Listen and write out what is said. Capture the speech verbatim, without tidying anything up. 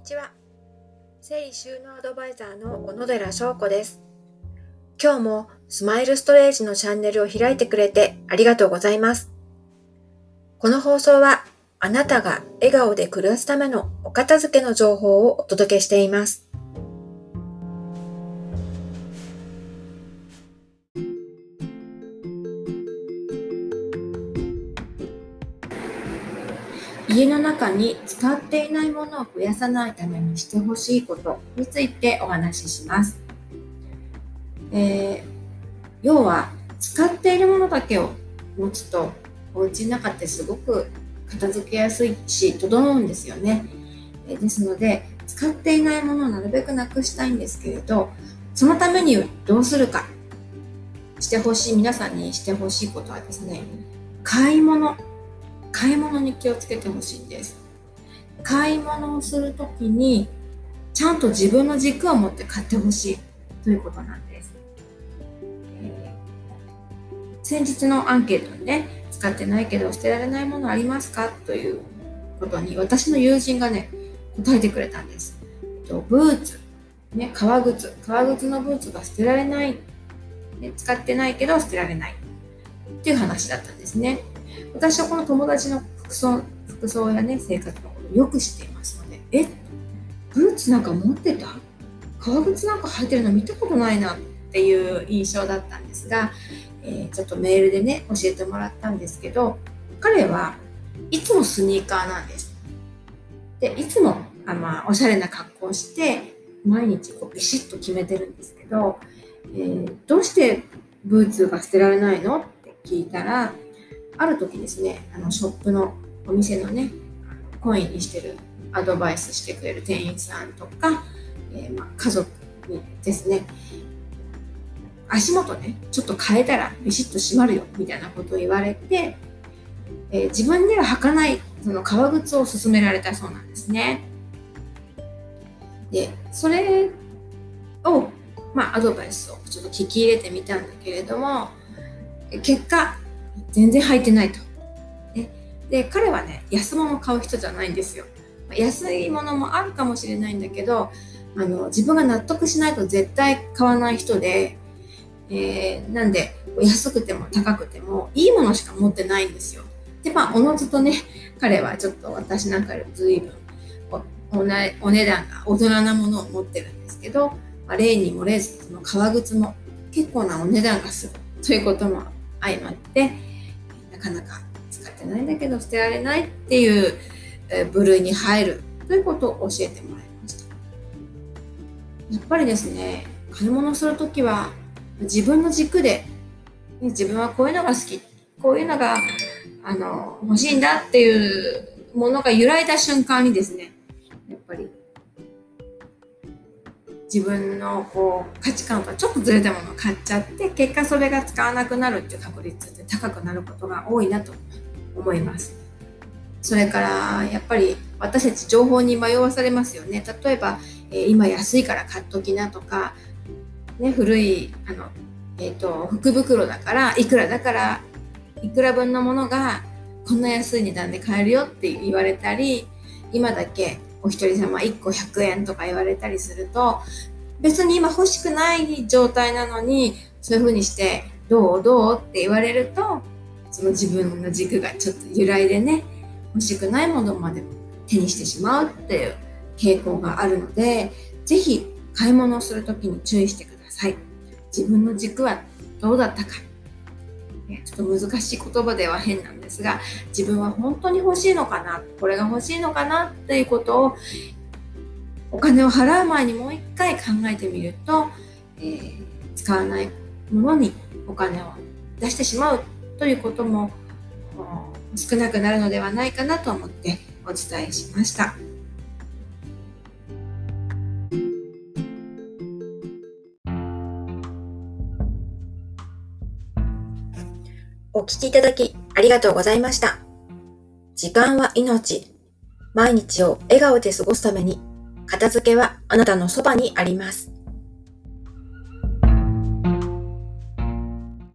ちは。整理収納アドバイザーの小野寺翔子です。今日もスマイルストレージのチャンネルを開いてくれてありがとうございます。この放送はあなたが笑顔で暮らすためのお片付けの情報をお届けしています。家の中に使っていないものを増やさないためにしてほしいことについてお話しします。えー、要は使っているものだけを持つとお家の中ってすごく片付けやすいし整うんですよね。えー、ですので使っていないものをなるべくなくしたいんですけれど、そのためにどうするかしてほしい皆さんにしてほしいことはですね、買い物買い物に気をつけてほしいんです。買い物をするときにちゃんと自分の軸を持って買ってほしいということなんです。えー、先日のアンケートにね、使ってないけど捨てられないものありますかということに私の友人がね答えてくれたんです。ブーツ、ね、革靴革靴のブーツが捨てられない、ね、使ってないけど捨てられないっていう話だったんですね。私はこの友達の服装、服装やね、生活のことをよく知っていますので、え、ブーツなんか持ってた？革靴なんか履いてるの見たことないなっていう印象だったんですが、えー、ちょっとメールでね、教えてもらったんですけど、彼はいつもスニーカーなんです。で、いつもあ、まあ、おしゃれな格好をして、毎日こうビシッと決めてるんですけど、えー、どうしてブーツが捨てられないのって聞いたら、ある時ですね、あのショップのお店のね、コインにしてるアドバイスしてくれる店員さんとか、えー、まあ家族にですね、足元ね、ちょっと変えたらビシッと締まるよみたいなことを言われて、えー、自分では履かないその革靴を勧められたそうなんですね。で、それを、まあ、アドバイスをちょっと聞き入れてみたんだけれども、結果全然履いてないと。ね、で、彼はね、安物を買う人じゃないんですよ。安いものもあるかもしれないんだけど、あの自分が納得しないと絶対買わない人で、えー、なんで安くても高くてもいいものしか持ってないんですよ。で、まあおのずとね、彼はちょっと私なんかよりずいぶん お, お, なお値段が大人なものを持ってるんですけど、まあ、例に漏れずその革靴も結構なお値段がするということも相まって、なかなか使ってないんだけど捨てられないっていう部類に入るということを教えてもらいました。やっぱりですね、買い物するときは自分の軸で、自分はこういうのが好き、こういうのがあの欲しいんだっていうものが揺らいだ瞬間にですね、やっぱり自分のこう価値観とちょっとずれたものを買っちゃって、結果それが使わなくなるっていう確率って高くなることが多いなと思います。それからやっぱり私たち情報に迷わされますよね。例えば、えー、今安いから買っときなとか、ね、古いあの、えーと、福袋だからいくらだからいくら分のものがこんな安い値段で買えるよって言われたり、今だけお一人様いっこひゃくえんとか言われたりすると、別に今欲しくない状態なのにそういう風にしてどうどうって言われると、その自分の軸がちょっと揺らいでね、欲しくないものまで手にしてしまうっていう傾向があるので、ぜひ買い物をするときに注意してください。自分の軸はどうだったか、ちょっと難しい言葉では変なんですが、自分は本当に欲しいのかな、これが欲しいのかなっていうことをお金を払う前にもう一回考えてみると、えー、使わないものにお金を出してしまうということも少なくなるのではないかなと思ってお伝えしました。お聞きいただきありがとうございました。時間は命。毎日を笑顔で過ごすために、片付けはあなたのそばにあります。